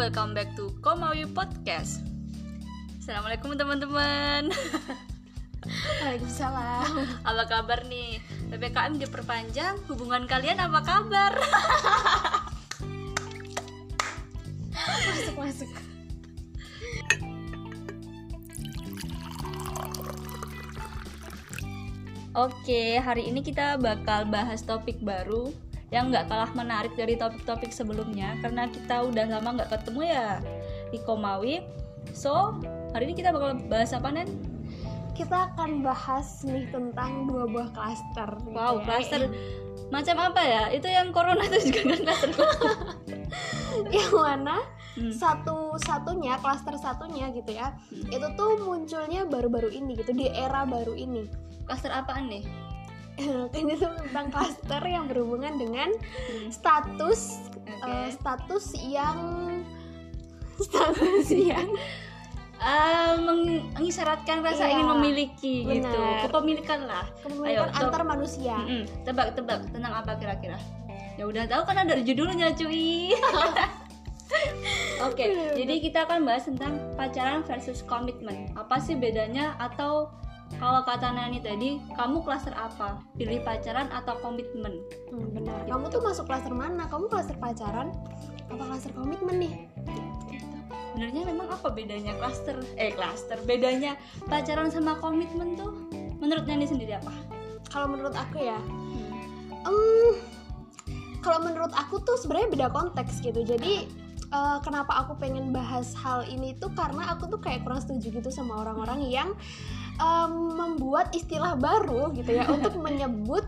welcome back to Komawi Podcast. Assalamualaikum teman-teman. Waalaikumsalam. Apa kabar nih? PPKM diperpanjang, hubungan kalian apa kabar? Masuk. Oke, hari ini kita bakal bahas topik baru yang gak kalah menarik dari topik-topik sebelumnya, karena kita udah lama gak ketemu ya di Komawi. So, hari ini kita bakal bahas apa, Nen? Kita akan bahas nih tentang dua buah klaster. Wow, klaster macam apa ya? Itu yang corona itu juga kan klaster. Yang mana? Klaster satunya gitu ya. Itu tuh munculnya baru-baru ini gitu, di era baru ini. Klaster apaan nih? Ini tuh tentang klaster yang berhubungan dengan status yang mengisyaratkan rasa ingin memiliki. Benar. Gitu, kepemilikan lah. Kepemilikan antar manusia. Tebak tentang apa kira-kira? Ya udah tahu kan ada judulnya cuy. Oke, jadi kita akan bahas tentang pacaran versus komitmen. Apa sih bedanya? Atau kalau kata Nani tadi, kamu klaster apa? Pilih pacaran atau komitmen? Benar. Kamu tuh masuk klaster mana? Kamu klaster pacaran apa klaster komitmen nih? Sebenarnya memang apa bedanya klaster? Bedanya pacaran sama komitmen tuh menurut Nani sendiri apa? Kalau menurut aku ya, kalau menurut aku tuh sebenarnya beda konteks gitu. Jadi kenapa aku pengen bahas hal ini tuh karena aku tuh kayak kurang setuju gitu sama orang-orang yang membuat istilah baru gitu ya untuk menyebut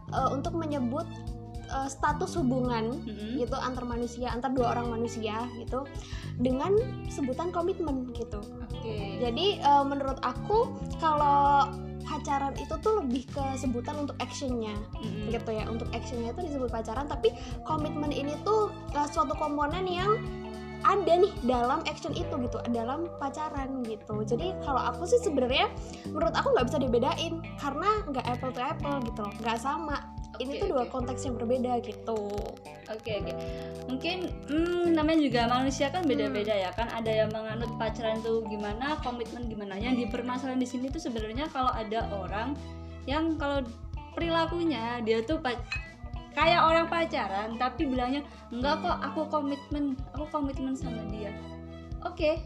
status hubungan gitu antar dua orang manusia gitu dengan sebutan komitmen gitu. Jadi menurut aku kalau pacaran itu tuh lebih ke sebutan untuk actionnya gitu ya, untuk actionnya itu disebut pacaran, tapi komitmen ini tuh suatu komponen yang ada nih dalam action itu gitu, dalam pacaran gitu. Jadi kalau aku sih sebenarnya menurut aku nggak bisa dibedain karena nggak apple to apple gitu loh, nggak sama. Ini tuh dua konteks yang berbeda gitu. Oke. Mungkin namanya juga manusia kan beda-beda ya kan. Ada yang menganut pacaran tuh gimana, komitmen gimana. Yang dipermasalahan di sini tuh sebenarnya kalau ada orang yang kalau perilakunya dia tuh kayak orang pacaran tapi bilangnya enggak kok, aku komitmen sama dia. Oke.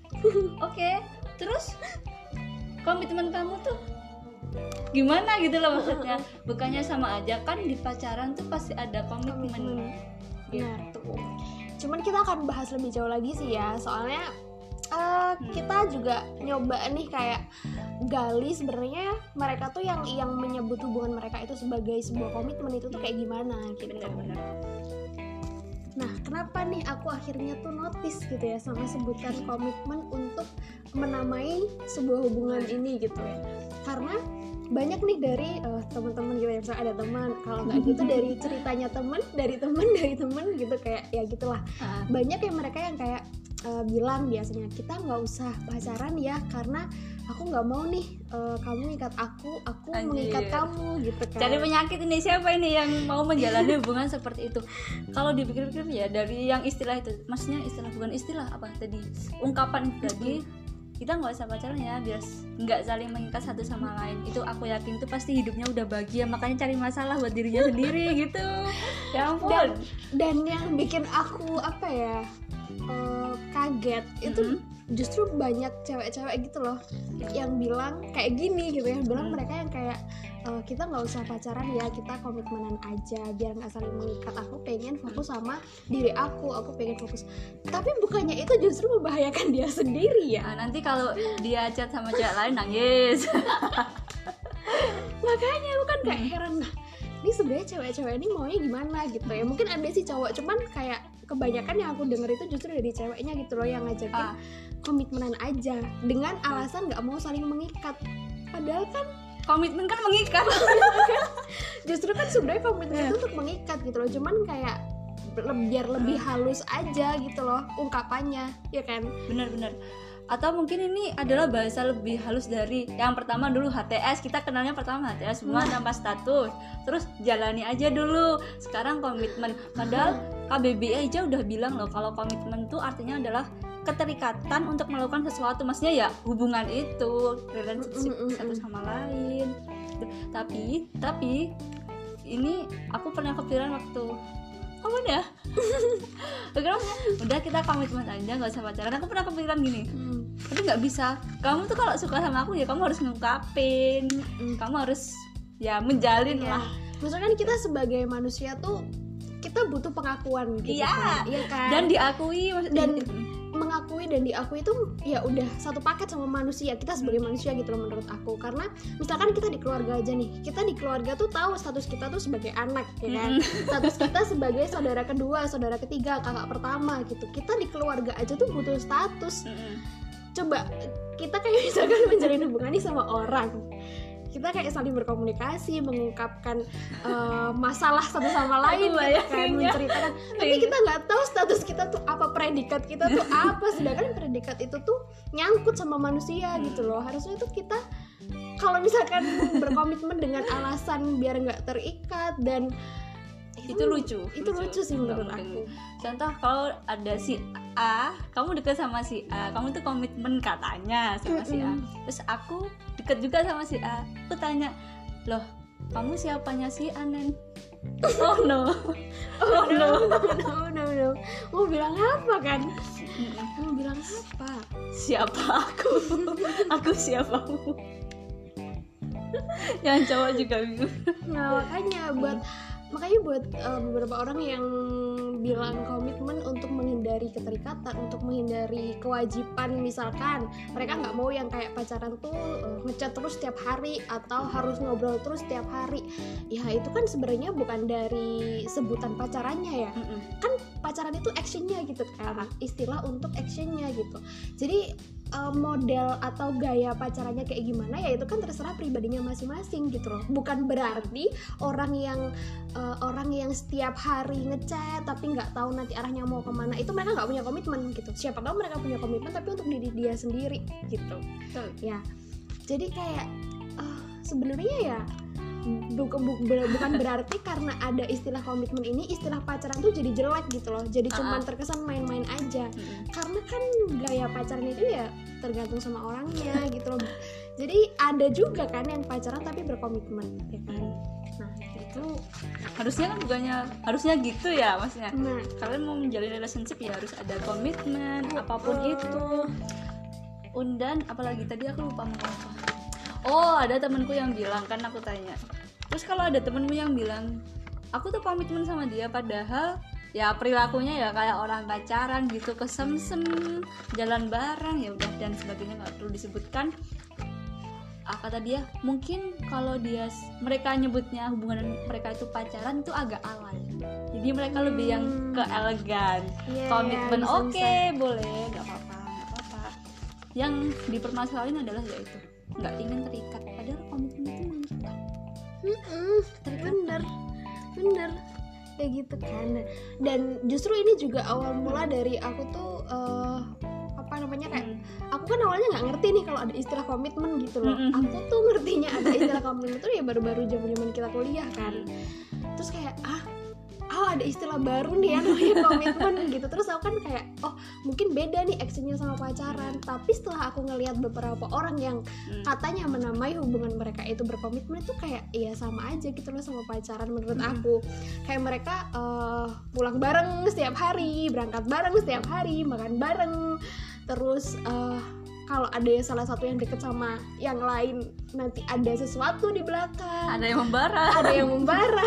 Terus komitmen kamu tuh gimana gitu loh maksudnya? Bukannya sama aja kan, di pacaran tuh pasti ada komitmen. Gitu. Cuman kita akan bahas lebih jauh lagi sih ya, soalnya kita juga nyoba nih kayak gali sebenarnya mereka tuh yang menyebut hubungan mereka itu sebagai sebuah komitmen itu tuh kayak gimana gitu. Benar. Nah, kenapa nih aku akhirnya tuh notice gitu ya sama sebutan komitmen untuk menamai sebuah hubungan ini gitu ya. Karena banyak nih dari teman-teman gitu ya, misalnya ada teman, kalau nggak gitu dari ceritanya dari teman gitu kayak ya gitulah. Banyak yang mereka yang kayak bilang biasanya kita nggak usah pacaran ya karena aku nggak mau nih kamu ikat aku mengikat kamu gitu kan. Cari penyakit ini, siapa ini yang mau menjalani hubungan seperti itu? Kalau dipikir-pikir ya dari yang istilah itu, maksudnya bukan istilah apa tadi, ungkapan itu tadi, kita nggak usah pacaran ya biar nggak saling mengikat satu sama lain. Itu aku yakin itu pasti hidupnya udah bahagia, makanya cari masalah buat dirinya sendiri gitu. Ya ampun. Dan yang bikin aku kaget itu justru banyak cewek-cewek gitu loh yang bilang kayak gini gitu ya, bilang mereka yang kayak kita nggak usah pacaran ya, kita komitmenan aja biar nggak saling mengikat, aku pengen fokus sama diri aku pengen fokus. Tapi bukannya itu justru membahayakan dia sendiri ya? Nanti kalau dia chat sama cewek lain nangis. Makanya bukan kayak heran, nah ini sebenarnya cewek-cewek ini maunya gimana gitu ya. Mungkin ada sih cowok, cuman kayak kebanyakan yang aku denger itu justru dari ceweknya gitu loh yang ngajakin komitmenan aja dengan alasan nggak mau saling mengikat. Padahal kan komitmen kan mengikat. Justru kan sebenarnya komitmen itu untuk mengikat gitu loh, cuman kayak biar lebih halus aja gitu loh ungkapannya, ya kan? Benar. Atau mungkin ini adalah bahasa lebih halus dari yang pertama dulu HTS. Kita kenalnya pertama HTS, semua tanpa status. Terus jalani aja dulu. Sekarang komitmen. Padahal KBBI aja udah bilang loh kalau komitmen tuh artinya adalah keterikatan untuk melakukan sesuatu, maksudnya ya hubungan itu relationship satu sama lain. Tapi ini aku pernah kepikiran waktu udah kita komitmen aja nggak usah pacaran. Aku pernah kepikiran gini, tapi nggak bisa. Kamu tuh kalau suka sama aku ya kamu harus ngungkapin, kamu harus ya menjalin lah. Maksudnya kan kita sebagai manusia tuh kita butuh pengakuan gitu kan. Iya kan? Dan diakui mengakui dan diakui itu ya udah satu paket sama manusia, kita sebagai manusia gitu loh menurut aku. Karena misalkan kita di keluarga aja nih, kita di keluarga tuh tahu status kita tuh sebagai anak ya kan, status kita sebagai saudara kedua, saudara ketiga, kakak pertama gitu. Kita di keluarga aja tuh butuh status. Coba kita kayak misalkan menjalin hubungan nih sama orang, kita kayak saling berkomunikasi, mengungkapkan masalah satu sama lain gitu kan, menceritakan. Tapi kita nggak tahu status kita tuh apa, predikat kita tuh apa. Sedangkan predikat itu tuh nyangkut sama manusia gitu loh. Harusnya tuh kita kalau misalkan berkomitmen dengan alasan biar nggak terikat, dan itu lucu sih menurut aku. Contoh kalau ada si A, kamu deket sama si A, kamu tuh komitmen katanya sama si A. Terus aku deket juga sama si A, aku tanya, loh kamu siapanya si A, Nen? Oh no. Mau bilang apa kan? Mau bilang apa? Siapa aku? Aku siapamu? Yang cowok juga bingung. Nah makanya buat beberapa orang yang bilang komitmen untuk menghindari keterikatan, untuk menghindari kewajiban, misalkan mereka nggak mau yang kayak pacaran tuh ngechat terus setiap hari atau harus ngobrol terus setiap hari. Ya itu kan sebenarnya bukan dari sebutan pacarannya ya. Kan pacaran itu actionnya gitu kan, istilah untuk actionnya gitu. Jadi model atau gaya pacarannya kayak gimana ya itu kan terserah pribadinya masing-masing gitu loh. Bukan berarti orang yang setiap hari ngechat tapi nggak tahu nanti arahnya mau kemana, itu mereka nggak punya komitmen gitu. Siapa tahu mereka punya komitmen tapi untuk diri dia sendiri gitu. Ya jadi kayak sebenarnya ya bukan berarti karena ada istilah komitmen ini, istilah pacaran tuh jadi jelek gitu loh, jadi cuman terkesan main-main aja. Karena kan gaya pacaran itu ya tergantung sama orangnya gitu loh. Jadi ada juga kan yang pacaran tapi berkomitmen ya kan. Nah itu harusnya kan harusnya gitu ya maksudnya. Kalian mau menjalin relationship ya harus ada komitmen apapun itu. Dan apalagi tadi aku lupa mau apa. Oh ada temanku yang bilang, kan aku tanya, terus kalau ada temenmu yang bilang aku tuh komitmen sama dia padahal ya perilakunya ya kayak orang pacaran gitu, kesemsem, jalan bareng ya udah dan sebagainya, nggak perlu disebutkan. Kata dia mungkin kalau mereka nyebutnya hubungan mereka itu pacaran itu agak alay, jadi mereka lebih yang ke elegan. Komitmen oke, boleh, nggak apa-apa. Yang dipermasalahin adalah yaitu nggak ingin terikat, padahal komitmen itu mengikat. Bener kayak gitu kan. Dan justru ini juga awal mula dari aku tuh kayak aku kan awalnya nggak ngerti nih kalau ada istilah komitmen gitu loh. Aku tuh ngertinya ada istilah komitmen itu ya baru-baru zaman kita kuliah kan. Terus kayak ada istilah baru nih ya namanya komitmen gitu. Terus aku kan kayak mungkin beda nih actionnya sama pacaran. Tapi setelah aku ngelihat beberapa orang yang katanya menamai hubungan mereka itu berkomitmen, itu kayak ya sama aja gitu loh sama pacaran menurut aku. Kayak mereka pulang bareng setiap hari, berangkat bareng setiap hari, makan bareng. Terus kalau ada salah satu yang deket sama yang lain, nanti ada sesuatu di belakang, ada yang membara.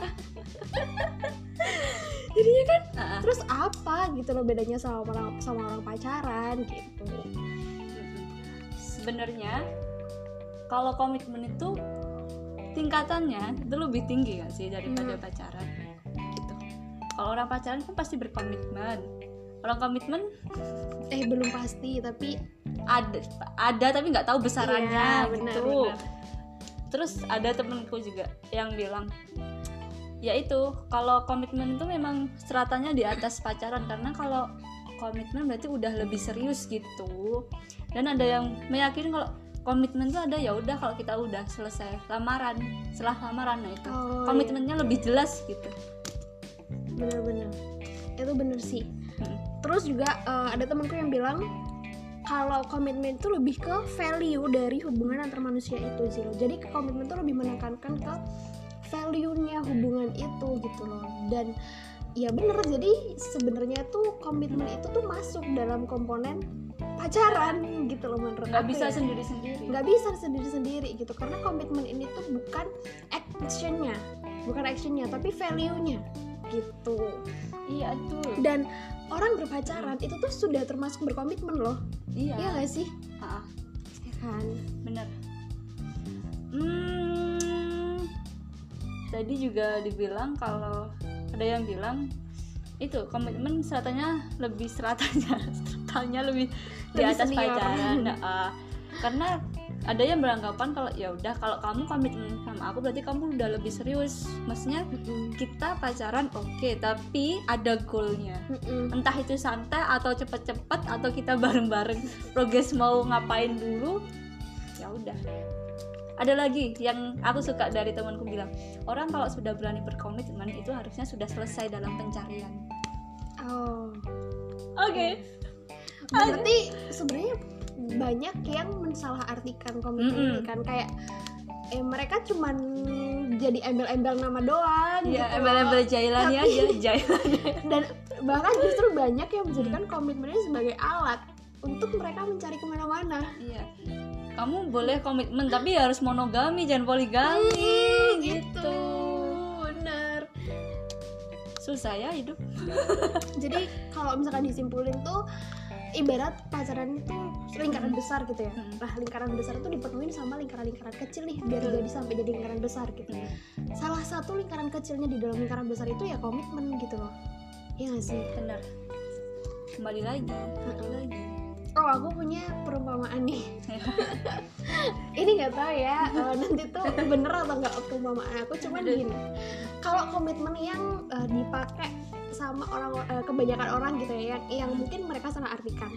Jadinya kan terus apa gitu loh bedanya sama orang pacaran gitu. Sebenarnya kalau komitmen itu tingkatannya itu lebih tinggi kan sih daripada pacaran gitu. Kalau orang pacaran kan pasti berkomitmen, orang komitmen belum pasti tapi ada tapi nggak tahu besarannya gitu. Benar. Terus ada temenku juga yang bilang ya itu kalau komitmen itu memang stratanya di atas pacaran, karena kalau komitmen berarti udah lebih serius gitu. Dan ada yang meyakini kalau komitmen itu ada ya udah kalau kita udah selesai setelah lamaran, nah itu komitmennya lebih jelas gitu. Benar-benar itu bener sih. Terus juga ada temanku yang bilang kalau komitmen itu lebih ke value dari hubungan antar manusia itu sih loh. Jadi komitmen itu lebih menekankan ke value-nya hubungan itu gitu loh. Dan ya bener, jadi sebenarnya tuh komitmen itu tuh masuk dalam komponen pacaran gitu loh menurut aku. Nggak bisa sendiri-sendiri. Nggak bisa sendiri-sendiri gitu, karena komitmen ini tuh bukan actionnya, tapi value-nya gitu. Iya tuh. Dan orang berpacaran itu tuh sudah termasuk berkomitmen loh. Iya nggak sih? Ya kan? Bener. Tadi juga dibilang kalau ada yang bilang itu komitmen seratanya lebih lebih di atas pacaran. Karena ada yang beranggapan kalau ya udah, kalau kamu komitmen sama aku berarti kamu udah lebih serius. Maksudnya kita pacaran oke, tapi ada goalnya. Entah itu santai atau cepet-cepet atau kita bareng-bareng progres mau ngapain dulu. Ya udah. Ada lagi yang aku suka dari temanku bilang, orang kalau sudah berani berkomitmen itu harusnya sudah selesai dalam pencarian. Oke. Berarti sebenarnya banyak yang mensalahartikan komitmen ini kan, kayak mereka cuman jadi embel-embel nama doang. Iya, embel-embel Jailani aja, Jailani. Dan bahkan justru banyak yang menjadikan komitmen ini sebagai alat untuk mereka mencari kemana-mana. Iya. Kamu boleh komitmen tapi harus monogami, jangan poligami gitu. Bener. Susah ya hidup. Jadi kalau misalkan disimpulin tuh, ibarat pacaran itu lingkaran besar gitu ya. Nah, lingkaran besar itu dipenuhin sama lingkaran-lingkaran kecil nih biar jadi sampai jadi lingkaran besar gitu. Salah satu lingkaran kecilnya di dalam lingkaran besar itu ya komitmen gitu loh. Iya nggak sih? Benar. Kembali lagi. Oh, aku punya perumpamaan nih. Ini nggak tahu ya nanti tuh bener atau nggak perumpamaan aku, cuman gini. Kalau komitmen yang dipakai sama kebanyakan orang gitu ya, yang mungkin mereka salah artikan.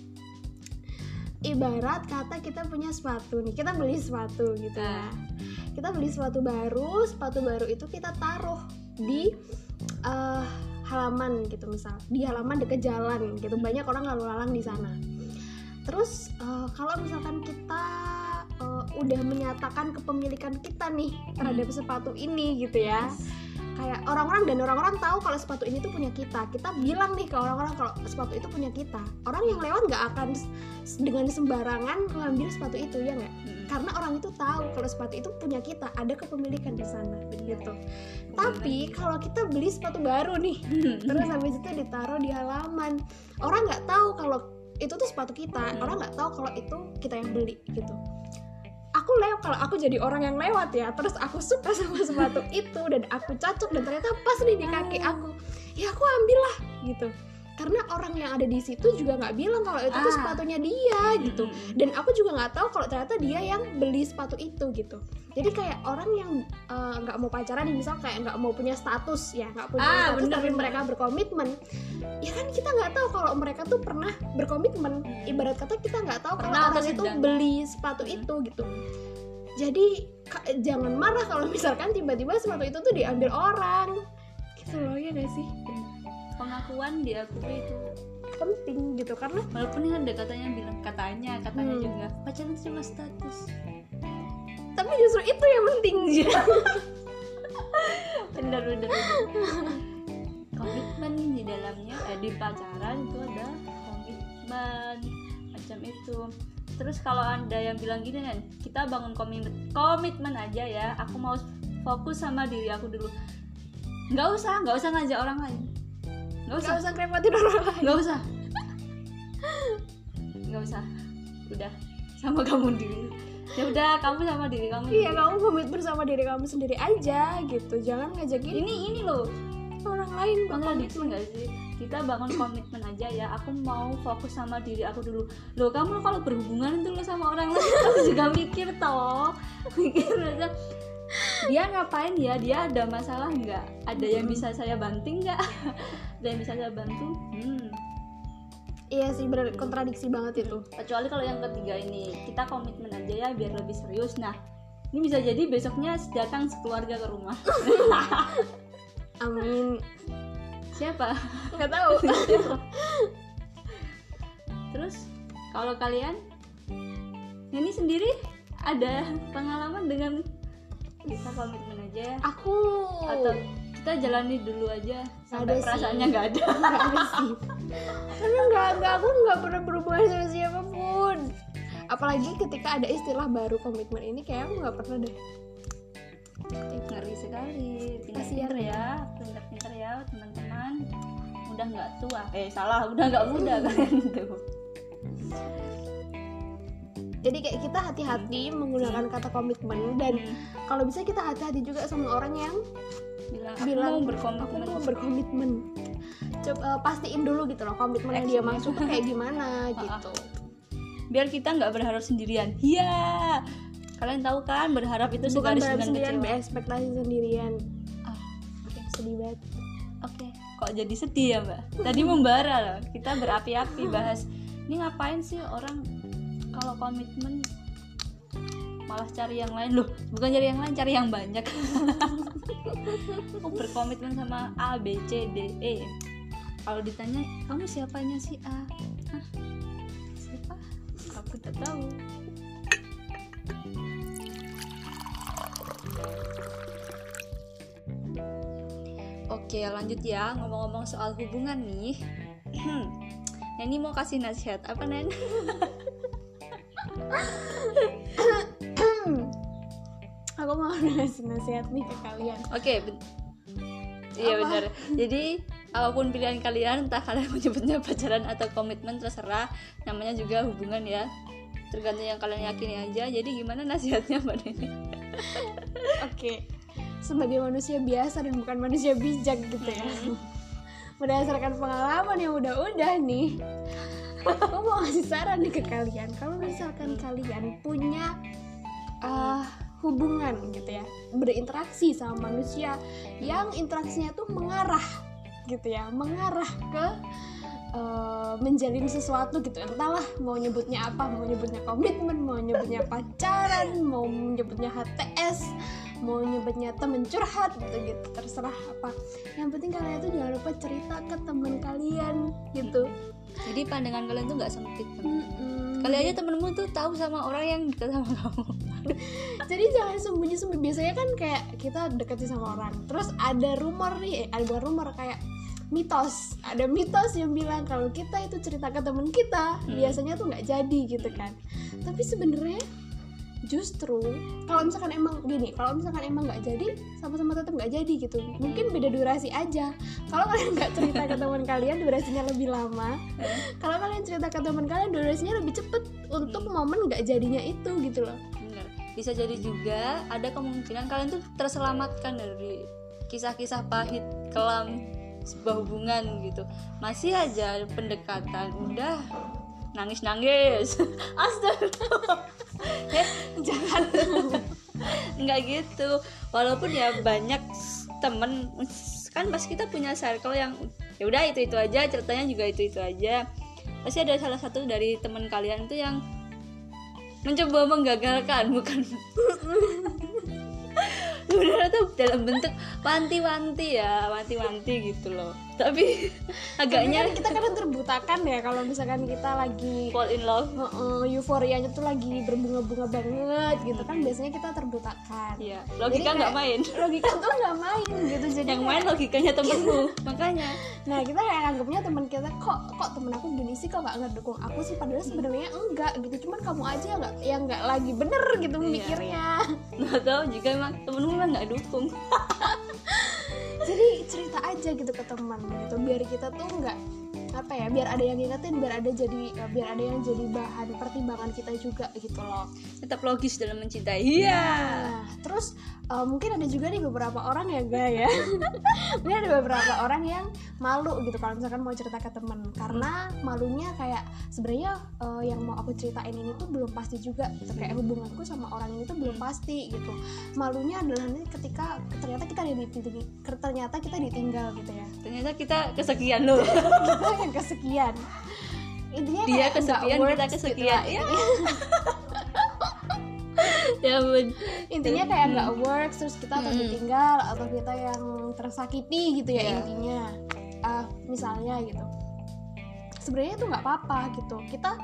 Ibarat kata kita punya sepatu nih, kita beli sepatu gitu ya. Kita beli sepatu baru itu kita taruh di halaman gitu, misal di halaman dekat jalan gitu, banyak orang lalu lalang di sana. Terus kalau misalkan kita udah menyatakan kepemilikan kita nih terhadap sepatu ini gitu ya, kayak orang-orang tahu kalau sepatu ini tuh punya kita bilang nih ke orang-orang kalau sepatu itu punya kita. Orang yang lewat nggak akan dengan sembarangan ngambil sepatu itu, ya nggak? Karena orang itu tahu kalau sepatu itu punya kita, ada kepemilikan di sana gitu. Tapi kalau kita beli sepatu baru nih, terus habis itu ditaruh di halaman, orang nggak tahu kalau itu tuh sepatu kita, orang nggak tahu kalau itu kita yang beli gitu. Kalau aku jadi orang yang lewat ya, terus aku suka sama sepatu itu dan aku cocok dan ternyata pas nih di kaki aku, ya aku ambil lah gitu. Karena orang yang ada di situ juga nggak bilang kalau itu tuh sepatunya dia gitu. Dan aku juga nggak tahu kalau ternyata dia yang beli sepatu itu gitu. Jadi kayak orang yang nggak mau pacaran, misal kayak nggak mau punya status ya, nggak punya status tapi mereka berkomitmen, ya kan kita nggak tahu kalau mereka tuh pernah berkomitmen. Ibarat kata kita nggak tahu kalau orang itu beli sepatu itu gitu. Jadi jangan marah kalau misalkan tiba-tiba sepatu itu tuh diambil orang gitu loh, ya nggak sih? Pengakuan diakui itu penting gitu, karena walaupun ada katanya bilang katanya juga pacaran cuma status, tapi justru itu yang penting. bener komitmen di dalamnya, di pacaran itu ada komitmen macam itu. Terus kalau ada yang bilang gini kan, kita bangun komitmen aja ya, aku mau fokus sama diri aku dulu, nggak usah ngajak orang lain, nggak usah ngerepotin orang lain, nggak usah, udah sama kamu diri, ya udah kamu sama diri kamu. Iya, kamu komitmen sama diri kamu sendiri aja gitu, jangan ngajakin ini loh orang lain. Kontradiksi nggak sih? Kita bangun komitmen aja ya, aku mau fokus sama diri aku dulu. Loh, kamu kalau berhubungan dulu sama orang lain kamu juga mikir aja, dia ngapain ya, dia ada masalah nggak, ada yang bisa saya banting nggak, ada yang bisa saya bantu. Iya sih, benar, kontradiksi banget itu. Kecuali kalau yang ketiga ini, kita komitmen aja ya biar lebih serius. Nah, ini bisa jadi besoknya datang sekeluarga ke rumah. Amin. Siapa? Nggak tahu. Terus kalau kalian ini sendiri ada pengalaman dengan kita komitmen aja? Aku atau kita jalani dulu aja sampai ada perasaannya nggak ada? Nggak ada sih. Karena aku nggak pernah berhubungan sama siapapun. Apalagi ketika ada istilah baru komitmen ini, kayak aku nggak pernah deh. Ngeri sekali. Pintar-pintar ya, pintar-pintar ya teman-teman. Udah nggak tua, udah nggak muda kalian tuh. Jadi kayak kita hati-hati menggunakan kata komitmen, dan kalau bisa kita hati-hati juga sama orang yang bilang aku mau berkomitmen. Coba pastiin dulu gitu loh komitmen yang dia maksud tuh kayak gimana gitu. Biar kita nggak berharap sendirian. Iya. Kalian tahu kan berharap itu bukan segaris dengan sendirian, kecewa. berekspektasi sendirian. Sedih banget. Oke. Kok jadi sedih ya Mbak? Tadi membara loh. Kita berapi-api bahas ini ngapain sih orang kalau komitmen malah cari yang lain loh, bukan cari yang lain, cari yang banyak. Aku berkomitmen sama A, B, C, D, E. Kalau ditanya kamu siapanya si A? Hah? Siapa? Aku tak tahu. Oke, lanjut ya, ngomong-ngomong soal hubungan nih. Neni mau kasih nasihat apa, Nen? Aku mau ngasih nasihat nih ke kalian. Oke, iya benar. Jadi apapun pilihan kalian, entah kalian menyebutnya pacaran atau komitmen, terserah. Namanya juga hubungan ya. Tergantung yang kalian yakini aja. Jadi gimana nasihatnya Mbak Neni? Oke. Sebagai manusia biasa dan bukan manusia bijak gitu ya. Berdasarkan pengalaman yang udah-udah nih, aku mau ngasih saran nih ke kalian. Kalau misalkan kalian punya hubungan gitu ya, berinteraksi sama manusia yang interaksinya tuh mengarah gitu ya, mengarah ke menjalin sesuatu gitu, entahlah mau nyebutnya apa, mau nyebutnya komitmen, mau nyebutnya pacaran, mau nyebutnya HTS, mau nyebutnya temen curhat gitu, terserah apa. Yang penting kalian tuh jangan lupa cerita ke teman kalian gitu. Jadi pandangan kalian tuh nggak sempit. Kali aja temenmu tuh tahu sama orang yang dekat sama kamu. Jadi jangan sembunyi-sembunyi. Biasanya kan kayak kita deketin sama orang, terus ada rumor nih, ada rumor kayak mitos, ada mitos yang bilang kalau kita itu cerita ke teman kita, biasanya tuh nggak jadi gitu kan. Tapi sebenarnya justru kalau misalkan emang gini, kalau misalkan emang nggak jadi, sama-sama tetap nggak jadi gitu. Mungkin beda durasi aja. Kalau kalian nggak cerita ke teman kalian, durasinya lebih lama. Kalau kalian cerita ke teman kalian, durasinya lebih cepet untuk momen nggak jadinya itu gitu loh. Bener. Bisa jadi juga ada kemungkinan kalian tuh terselamatkan dari kisah-kisah pahit kelam sebuah hubungan gitu. Masih aja pendekatan, udah nangis-nangis. Astaga. Jangan. Nggak gitu. Walaupun ya banyak temen, kan pasti kita punya circle yang ya udah itu aja, ceritanya juga itu aja. Pasti ada salah satu dari teman kalian itu yang mencoba menggagalkan, bukan udah tuh dalam bentuk wanti-wanti gitu loh. Tapi agaknya kita kadang terbutakan ya kalau misalkan kita lagi fall in love, euforianya tuh lagi berbunga-bunga banget gitu kan, biasanya kita terbutakan. Iya, logika nggak main. Logika tuh nggak main gitu. Jadi yang main logikanya temenmu. Makanya. Nah kita kayak anggapnya teman kita kok temen aku gini sih, kok nggak ngedukung aku sih, padahal sebenarnya enggak gitu. Cuman kamu aja yang nggak lagi bener gitu mikirnya. Nggak tahu juga emang temenmu kan nggak dukung. Jadi cerita aja gitu ke teman gitu, biar kita tuh nggak biar ada yang ngingetin, biar ada yang jadi bahan pertimbangan kita juga gitu loh. Tetap logis dalam mencintai. Iya. Nah, terus mungkin ada juga nih beberapa orang ya ya. Mungkin ada beberapa orang yang malu gitu kalau misalkan mau cerita ke teman, karena malunya kayak sebenarnya yang mau aku ceritain ini tuh belum pasti juga gitu. Kayak hubunganku sama orang ini tuh belum pasti gitu. Malunya adalah nanti ketika ternyata kita ditinggal gitu ya. Ternyata kita kesekian loh. Kita yang kesekian. Intinya dia kayak kesepian, kita kesekian gitu. Ya. Ya bun. Intinya kayak nggak works, terus kita atau ditinggal atau kita yang tersakiti gitu ya intinya. misalnya gitu, sebenarnya itu nggak apa-apa gitu. Kita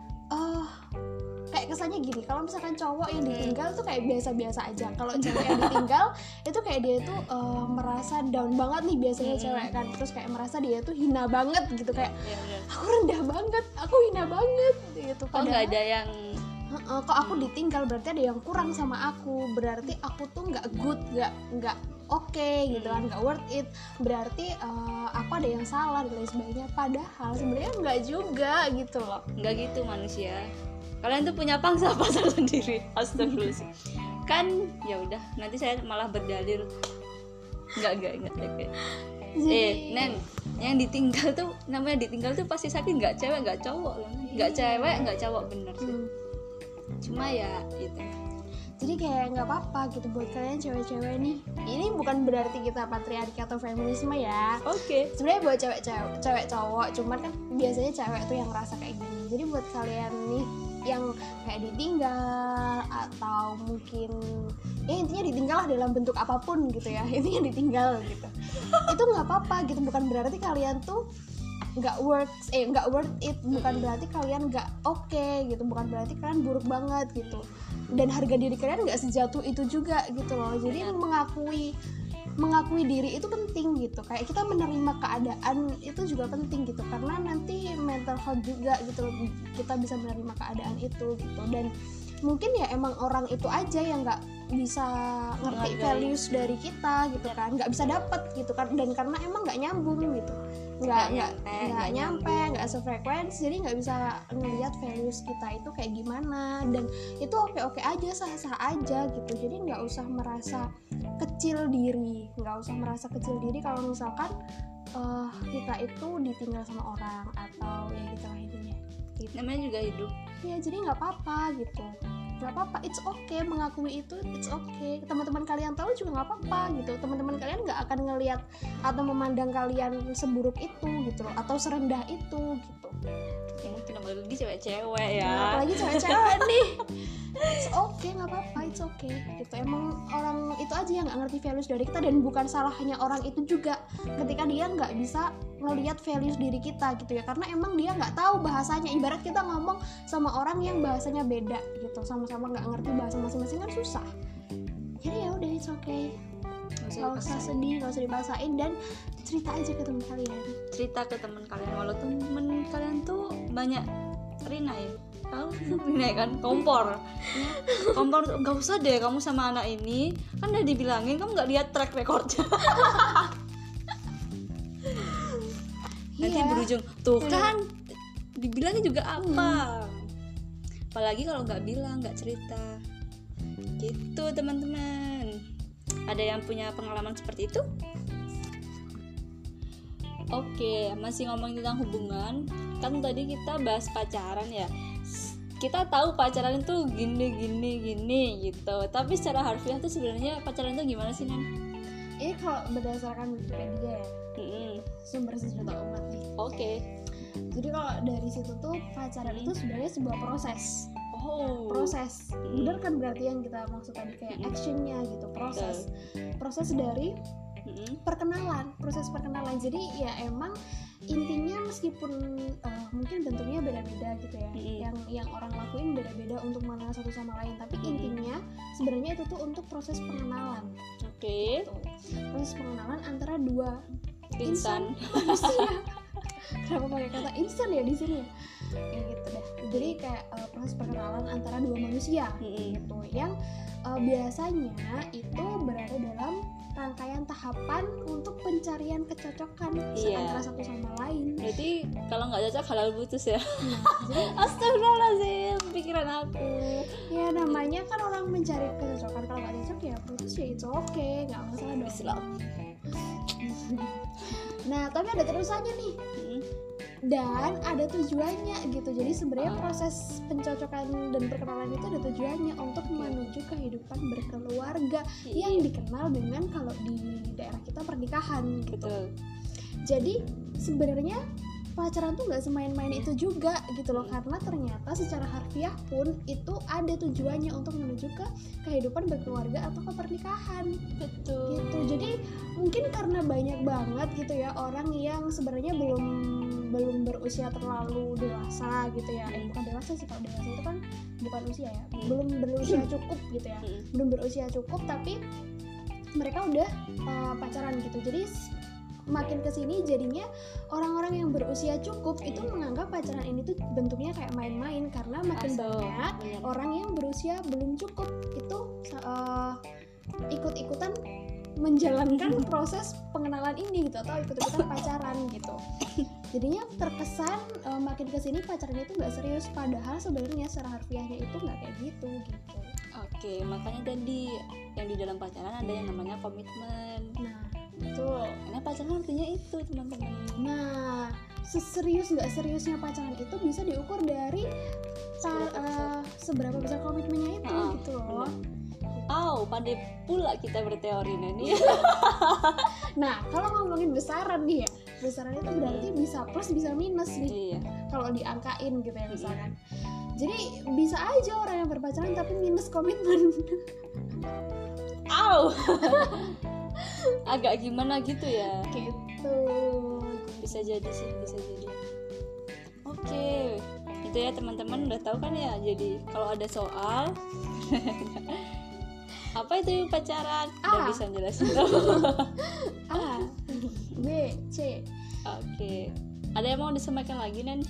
kayak kesannya gini, kalau misalkan cowok yang ditinggal tuh kayak biasa-biasa aja, kalau cewek yang ditinggal itu kayak dia tuh merasa down banget nih biasanya cewek kan, terus kayak merasa dia tuh hina banget gitu, kayak aku rendah banget, aku hina banget gitu. Padahal nggak ada yang kok aku ditinggal berarti ada yang kurang sama aku, berarti aku tuh nggak good, nggak oke gitu kan, nggak worth it, berarti aku ada yang salah dan lain sebagainya. Padahal sebenarnya nggak juga gitu loh. Nggak gitu manusia, kalian tuh punya pangsa pasar sendiri. Astagfirullah. Kan ya udah, nanti saya malah berdalil enggak. Neng, yang ditinggal tuh, namanya ditinggal tuh pasti sakit, nggak cewek nggak cowok loh, nggak cewek nggak cowok, bener sih. Cuma ya itu, jadi kayak nggak apa-apa gitu buat kalian cewek-cewek nih. Ini bukan berarti kita patriarki atau feminisme ya. Sebenarnya buat cewek cowok, cuman kan biasanya cewek tuh yang ngerasa kayak gini. Jadi buat kalian nih yang kayak ditinggal atau mungkin ya intinya ditinggal lah dalam bentuk apapun gitu ya, intinya ditinggal gitu, itu nggak apa-apa gitu. Bukan berarti kalian tuh nggak worth it, bukan berarti kalian nggak oke gitu, bukan berarti kalian buruk banget gitu, dan harga diri kalian nggak sejatuh itu juga gitu loh. Jadi mengakui diri itu penting gitu, kayak kita menerima keadaan itu juga penting gitu, karena nanti mental health juga gitu, kita bisa menerima keadaan itu gitu. Dan mungkin ya emang orang itu aja yang nggak bisa ngerti values dari kita gitu kan, nggak bisa dapet gitu kan, dan karena emang nggak nyambung gitu, nggak nyampe, nggak sefrekuensi, jadi nggak bisa ngelihat values kita itu kayak gimana. Dan itu oke aja, sah-sah aja gitu. Jadi nggak usah merasa kecil diri kalau misalkan kita itu ditinggal sama orang atau ya gitu lah intinya gitu. Namanya juga hidup ya, jadi nggak apa-apa gitu, nggak apa-apa, it's okay mengakui itu, it's okay. Teman-teman kalian tahu juga nggak apa-apa gitu, teman-teman kalian nggak akan ngelihat atau memandang kalian seburuk itu gitu loh, atau serendah itu gitu. Ya mungkin apalagi cewek-cewek ya, apalagi cewek-cewek nih, it's okay, nggak apa-apa, it's okay gitu. Emang orang itu aja yang nggak ngerti values dari kita, dan bukan salahnya orang itu juga ketika dia nggak bisa ngelihat values diri kita gitu ya, karena emang dia nggak tahu bahasanya. Ibarat kita ngomong sama orang yang bahasanya beda gitu, sama-sama nggak ngerti bahasa masing-masing kan susah. Jadi ya udah, it's okay, nggak usah sedih, nggak usah dipaksain, dan cerita aja ke teman kalian. Walau temen kalian tuh banyak Rina ya, Rina kan kompor nggak usah deh kamu sama anak ini, kan udah dibilangin kamu nggak lihat track recordnya. Nanti berujung tuh kan dibilangin juga apa. Apalagi kalau nggak bilang, nggak cerita gitu teman-teman. Ada yang punya pengalaman seperti itu? Oke, masih ngomongin tentang hubungan. Kan tadi kita bahas pacaran ya. Kita tahu pacaran itu gini gitu. Tapi secara harfiah tuh sebenarnya pacaran itu gimana sih, Nan? Ini kalau berdasarkan Wikipedia ya, sumber sejuta umat nih. Oke. Jadi kalau dari situ tuh pacaran itu sebenarnya sebuah proses. Proses. Benar kan berarti yang kita maksud tadi kayak actionnya gitu, proses dari proses perkenalan. Jadi ya emang intinya meskipun mungkin bentuknya beda-beda gitu ya, yang orang lakuin beda-beda untuk mengenal satu sama lain, tapi intinya sebenarnya itu tuh untuk proses pengenalan. Gitu. Proses pengenalan antara dua insan. Kenapa pakai kata insan ya di sini ya? Kayak gitu deh. Jadi kayak proses perkenalan antara dua manusia gitu, yang biasanya itu berada dalam rangkaian tahapan untuk pencarian kecocokan antara satu sama lain. Berarti kalau nggak cocok halal putus ya? Jadi astagfirullahaladzim, pikiran aku. Ya namanya kan orang mencari kecocokan, kalau nggak cocok ya putus ya, it's okay, nggak masalah dong. Islam. Nah tapi ada terusannya nih, dan ada tujuannya gitu. Jadi sebenarnya proses pencocokan dan perkenalan itu ada tujuannya untuk menuju kehidupan berkeluarga yang dikenal dengan kalau di daerah kita pernikahan gitu. Betul. Jadi sebenarnya pacaran tuh nggak semain-main itu juga gitu loh, karena ternyata secara harfiah pun itu ada tujuannya untuk menuju ke kehidupan berkeluarga atau ke pernikahan. Betul. Gitu. Jadi mungkin karena banyak banget gitu ya orang yang sebenarnya belum berusia terlalu dewasa gitu ya. Bukan dewasa sih, kalau dewasa itu kan bukan usia ya. Belum berusia cukup gitu ya. Belum berusia cukup tapi mereka udah pacaran gitu. Jadi makin kesini jadinya orang-orang yang berusia cukup itu menganggap pacaran ini tuh bentuknya kayak main-main, karena makin banyak orang yang berusia belum cukup itu ikut-ikutan menjalankan proses pengenalan ini gitu, atau ikut-ikutan pacaran gitu. Jadinya terkesan makin kesini pacaran itu nggak serius, padahal sebenarnya secara harfiahnya itu nggak kayak gitu. Oke, makanya tadi yang di dalam pacaran ada yang namanya komitmen. Nah, betul. Karena pacaran artinya itu, teman-teman. Nah, seserius nggak seriusnya pacaran itu bisa diukur dari seberapa besar komitmennya itu gitu loh. Pandai pula kita berteori nih. Nah, kalau ngomongin besaran nih ya, besaran itu berarti bisa plus bisa minus nih. Iya. Kalau diangkain gitu ya misalkan. Jadi bisa aja orang yang berpacaran tapi minus komitmen. Agak gimana gitu ya. Gitu. Bisa jadi sih, bisa jadi. Oke. Itu ya teman-teman udah tahu kan ya. Jadi kalau ada soal apa itu pacaran? Udah bisa jelasin. A, B, C. Oke. Ada yang mau disampaikan lagi, Nen?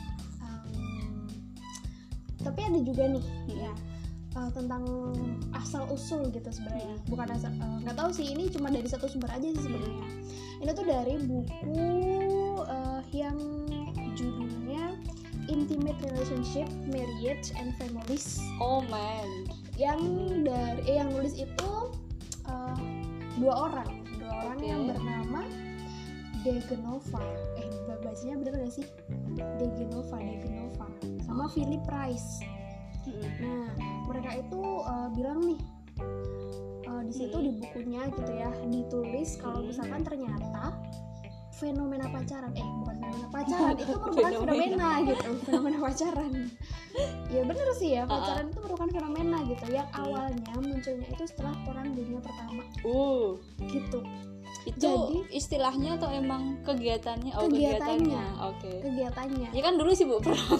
Tapi ada juga nih ya tentang asal usul gitu sebenarnya. Bukan asal, nggak tahu sih, ini cuma dari satu sumber aja sih sebenarnya. Ini tuh dari buku yang judulnya Intimate Relationship, Marriage and Families. Oh man. Yang nulis itu dua orang yang bernama Degenova. Bacanya bener gak sih? Degenova sama Philip Price. Nah, mereka itu bilang nih di situ di bukunya gitu ya, ditulis kalau misalkan ternyata fenomena pacaran, bukan fenomena pacaran itu merupakan fenomena gitu, fenomena pacaran. Ya bener sih ya, pacaran itu merupakan fenomena gitu yang awalnya munculnya itu setelah Perang Dunia Pertama. Gitu. Itu jadi istilahnya atau emang kegiatannya? Kegiatannya. Oke. Kegiatannya. Ya kan dulu sih Bu perang.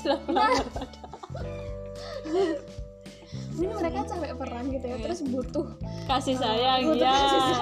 Ini mereka capek perang gitu ya, terus butuh kasih sayang ya.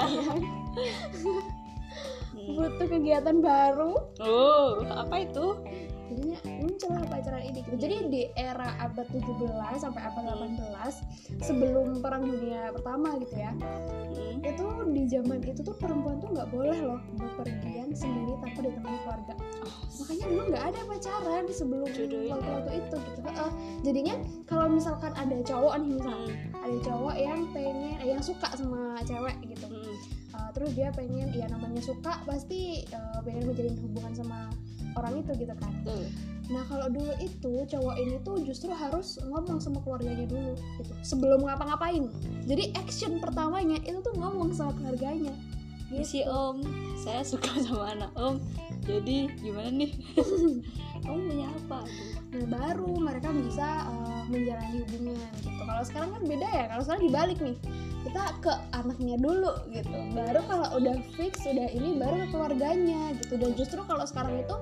Butuh kegiatan baru. Apa itu? Jadinya muncullah pacaran ini gitu. Jadi di era abad 17 sampai abad 18 sebelum Perang Dunia Pertama gitu ya, itu di zaman itu tuh perempuan tuh nggak boleh loh bepergian sendiri tanpa ditemani keluarga. Makanya dulu nggak ada pacaran sebelum waktu itu gitu. Jadinya kalau misalkan ada cowok nih, misalnya ada cowok yang pengen yang suka sama cewek gitu, terus dia pengen, ya namanya suka pasti pengen menjalin hubungan sama orang itu gitu kan. Nah kalau dulu itu cowok ini tuh justru harus ngomong sama keluarganya dulu gitu sebelum ngapa-ngapain. Jadi action pertamanya itu tuh ngomong sama keluarganya gitu. Si Om, saya suka sama anak Om, jadi gimana nih? Om punya apa? Nah baru mereka bisa menjalani hubungan gitu. Kalau sekarang kan beda ya, kalau sekarang dibalik nih, kita ke anaknya dulu gitu, baru kalau udah fix udah ini baru ke keluarganya gitu. Dan justru kalau sekarang itu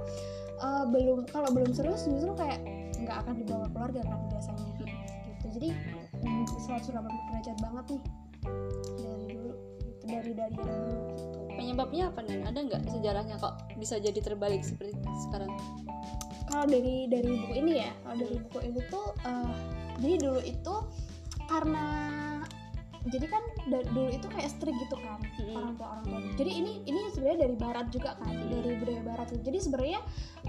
belum serius justru kayak nggak akan dibawa keluarga kan biasanya gitu. Jadi 180 derajat banget nih dari dulu gitu, dari yang dulu gitu. Penyebabnya apa nih? Ada nggak sejarahnya kok bisa jadi terbalik seperti sekarang? Kalau dari buku ini ya, kalau dari buku ini tuh jadi dulu itu karena jadi kan dulu itu kayak strict gitu kan orang tua. Jadi ini sebenarnya dari barat juga kan, dari budaya barat. Jadi sebenarnya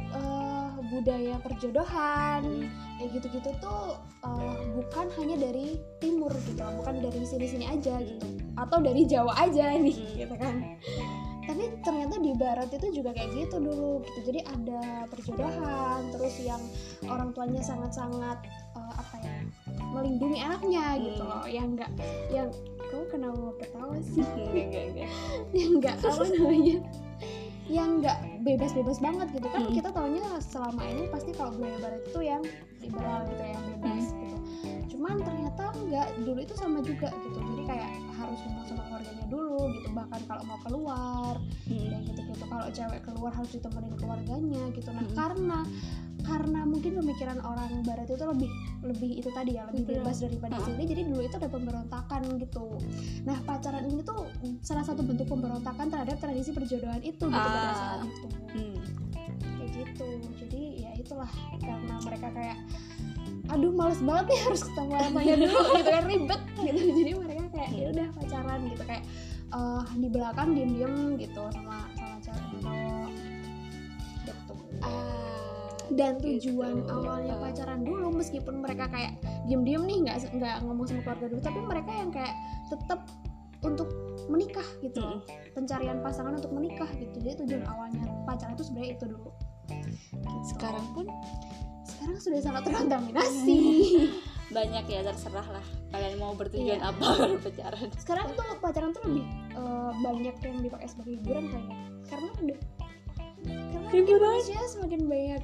budaya perjodohan kayak gitu-gitu tuh bukan hanya dari timur gitu, bukan dari sini-sini aja gitu, atau dari Jawa aja nih gitu kan. Tapi ternyata di barat itu juga kayak gitu dulu gitu. Jadi ada perjodohan, terus yang orang tuanya sangat-sangat melindungi anaknya gitu loh, yang kamu kenapa mau ketawa sih? Enggak. Yang enggak apa namanya, yang nggak bebas-bebas banget gitu kan. Kita taunya selama ini pasti kalau budaya barat itu yang liberal gitu, yang bebas gitu. Cuman ternyata nggak, dulu itu sama juga gitu. Jadi kayak harus ngomong sama keluarganya dulu gitu, bahkan kalau mau keluar kayak gitu-gitu. Kalau cewek keluar harus ditemenin keluarganya gitu. Nah karena mungkin pemikiran orang barat itu lebih itu tadi ya, lebih bebas daripada sini, jadi dulu itu ada pemberontakan gitu. Nah pacaran ini tuh salah satu bentuk pemberontakan terhadap tradisi perjodohan itu gitu pada saat itu. Kayak gitu. Jadi ya itulah, karena mereka kayak aduh males banget nih harus ketemu orangnya dulu gitu kan, ribet gitu. Jadi mereka kayak ya udah pacaran gitu, kayak di belakang diem-diem gitu sama cewek cowok gitu. Dan tujuan awalnya pacaran dulu, meskipun mereka kayak diem-diem nih nggak ngomong sama keluarga dulu, tapi mereka yang kayak tetap untuk menikah gitu, pencarian pasangan untuk menikah gitu. Jadi tujuan awalnya pacaran itu sebenarnya itu dulu. Gitu. Sekarang sudah sangat terkontaminasi. Banyak ya, terserah lah kalian mau bertujuan apa kalau pacaran. Sekarang tuh pacaran tuh lebih banyak yang dipakai sebagai hiburan kayaknya, karena manusia semakin banyak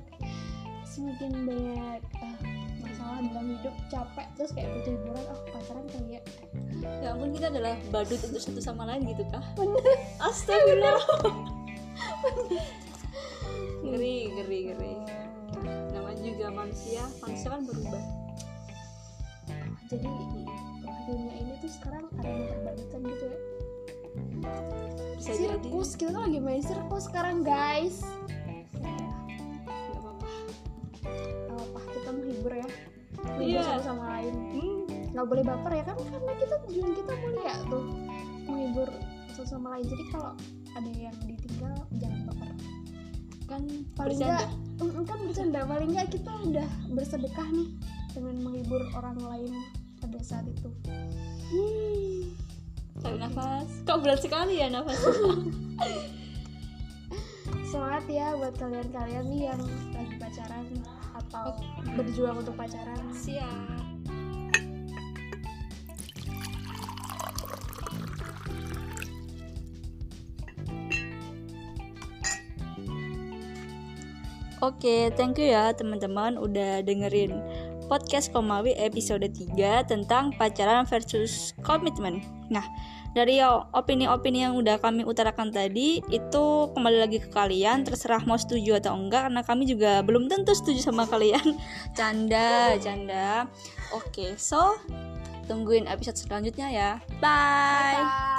masalah dalam hidup, capek, terus kayak butuh hiburan, pacaran kayak ya ampun, kita adalah badut untuk satu sama lain gitu kah? Bener. Astagfirullah. Ngeri. Namanya juga manusia kan berubah. Jadi dunia ini tuh sekarang ada yang terbagikan gitu ya. Bisa sirkus, kita tuh lagi main sirkus sekarang guys. Gak apa-apa, kita menghibur ya, menghibur satu sama lain. Gak boleh baper ya kan, karena tujuan kita mulia tuh, menghibur satu sama lain. Jadi kalau ada yang ditinggal jangan baper. Kan paling enggak kan bercanda, paling enggak kita udah bersedekah nih dengan menghibur orang lain pada saat itu. Tarik nafas, kok berat sekali ya nafasnya. Semangat ya buat kalian nih yang lagi pacaran atau berjuang untuk pacaran. Siap. Oke, thank you ya teman-teman udah dengerin podcast Komawi episode 3 tentang pacaran versus komitmen. Nah, dari opini-opini yang udah kami utarakan tadi, itu kembali lagi ke kalian, terserah mau setuju atau enggak, karena kami juga belum tentu setuju sama kalian. Canda. Oke, so tungguin episode selanjutnya ya. Bye.